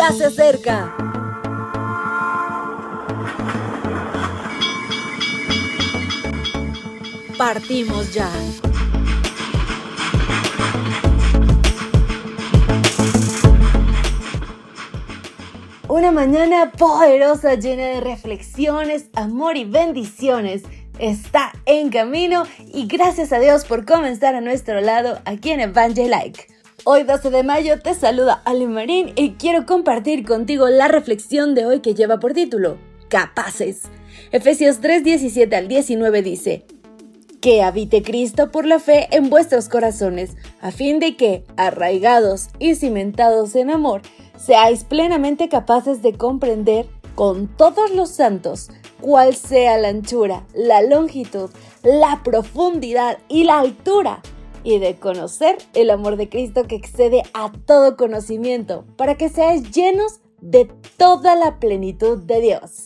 ya se acerca. Partimos ya. Una mañana poderosa, llena de reflexiones, amor y bendiciones, está en camino y gracias a Dios por comenzar a nuestro lado aquí en Evangelike. Hoy 12 de mayo te saluda Ale Marín y quiero compartir contigo la reflexión de hoy que lleva por título Capaces. Efesios 3:17 al 19 dice: Que habite Cristo por la fe en vuestros corazones, a fin de que, arraigados y cimentados en amor, seáis plenamente capaces de comprender con todos los santos cuál sea la anchura, la longitud, la profundidad y la altura, y de conocer el amor de Cristo que excede a todo conocimiento, para que seáis llenos de toda la plenitud de Dios.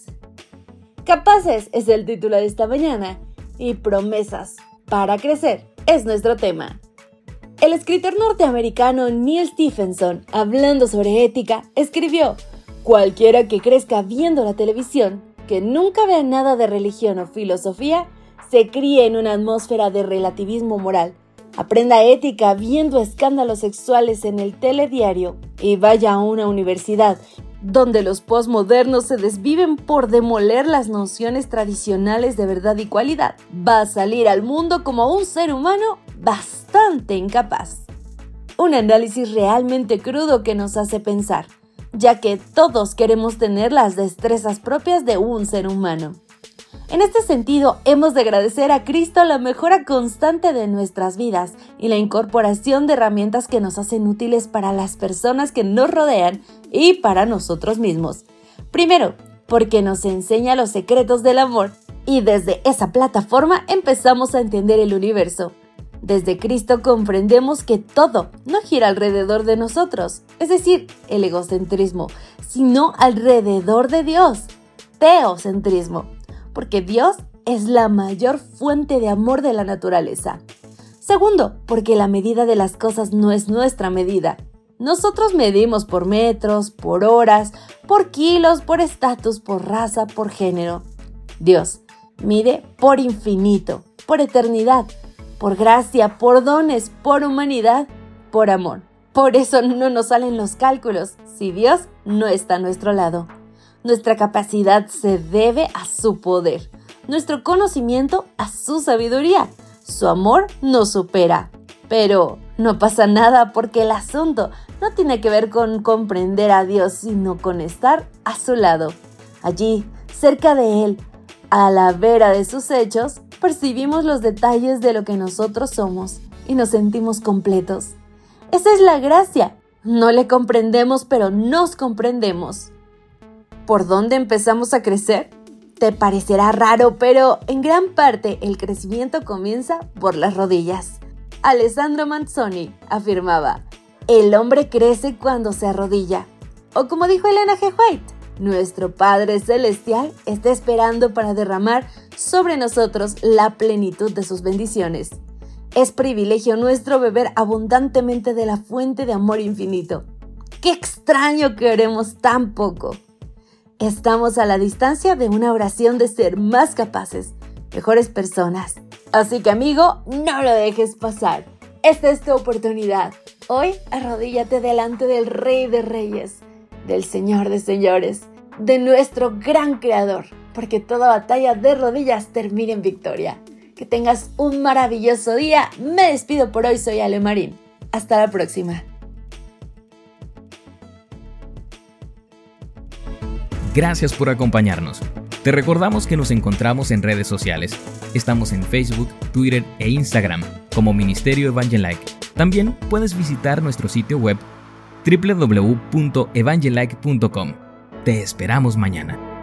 Capaces es el título de esta mañana, y promesas para crecer es nuestro tema. El escritor norteamericano Neal Stephenson, hablando sobre ética, escribió: cualquiera que crezca viendo la televisión, que nunca vea nada de religión o filosofía, se críe en una atmósfera de relativismo moral. Aprenda ética viendo escándalos sexuales en el telediario y vaya a una universidad donde los posmodernos se desviven por demoler las nociones tradicionales de verdad y cualidad. Va a salir al mundo como un ser humano bastante incapaz. Un análisis realmente crudo que nos hace pensar, ya que todos queremos tener las destrezas propias de un ser humano. En este sentido, hemos de agradecer a Cristo la mejora constante de nuestras vidas y la incorporación de herramientas que nos hacen útiles para las personas que nos rodean y para nosotros mismos. Primero, porque nos enseña los secretos del amor y desde esa plataforma empezamos a entender el universo. Desde Cristo comprendemos que todo no gira alrededor de nosotros, es decir, el egocentrismo, sino alrededor de Dios, teocentrismo. Porque Dios es la mayor fuente de amor de la naturaleza. Segundo, porque la medida de las cosas no es nuestra medida. Nosotros medimos por metros, por horas, por kilos, por estatus, por raza, por género. Dios mide por infinito, por eternidad, por gracia, por dones, por humanidad, por amor. Por eso no nos salen los cálculos si Dios no está a nuestro lado. Nuestra capacidad se debe a su poder, nuestro conocimiento a su sabiduría. Su amor nos supera. Pero no pasa nada porque el asunto no tiene que ver con comprender a Dios, sino con estar a su lado. Allí, cerca de Él, a la vera de sus hechos, percibimos los detalles de lo que nosotros somos y nos sentimos completos. Esa es la gracia. No le comprendemos, pero nos comprendemos. ¿Por dónde empezamos a crecer? Te parecerá raro, pero en gran parte el crecimiento comienza por las rodillas. Alessandro Manzoni afirmaba: el hombre crece cuando se arrodilla. O como dijo Elena G. White, nuestro Padre Celestial está esperando para derramar sobre nosotros la plenitud de sus bendiciones. Es privilegio nuestro beber abundantemente de la fuente de amor infinito. ¡Qué extraño que oremos tan poco! Estamos a la distancia de una oración de ser más capaces, mejores personas. Así que amigo, no lo dejes pasar. Esta es tu oportunidad. Hoy arrodíllate delante del Rey de Reyes, del Señor de Señores, de nuestro gran Creador, porque toda batalla de rodillas termina en victoria. Que tengas un maravilloso día. Me despido por hoy, soy Ale Marín. Hasta la próxima. Gracias por acompañarnos. Te recordamos que nos encontramos en redes sociales. Estamos en Facebook, Twitter e Instagram como Ministerio Evangelike. También puedes visitar nuestro sitio web www.evangelike.com. Te esperamos mañana.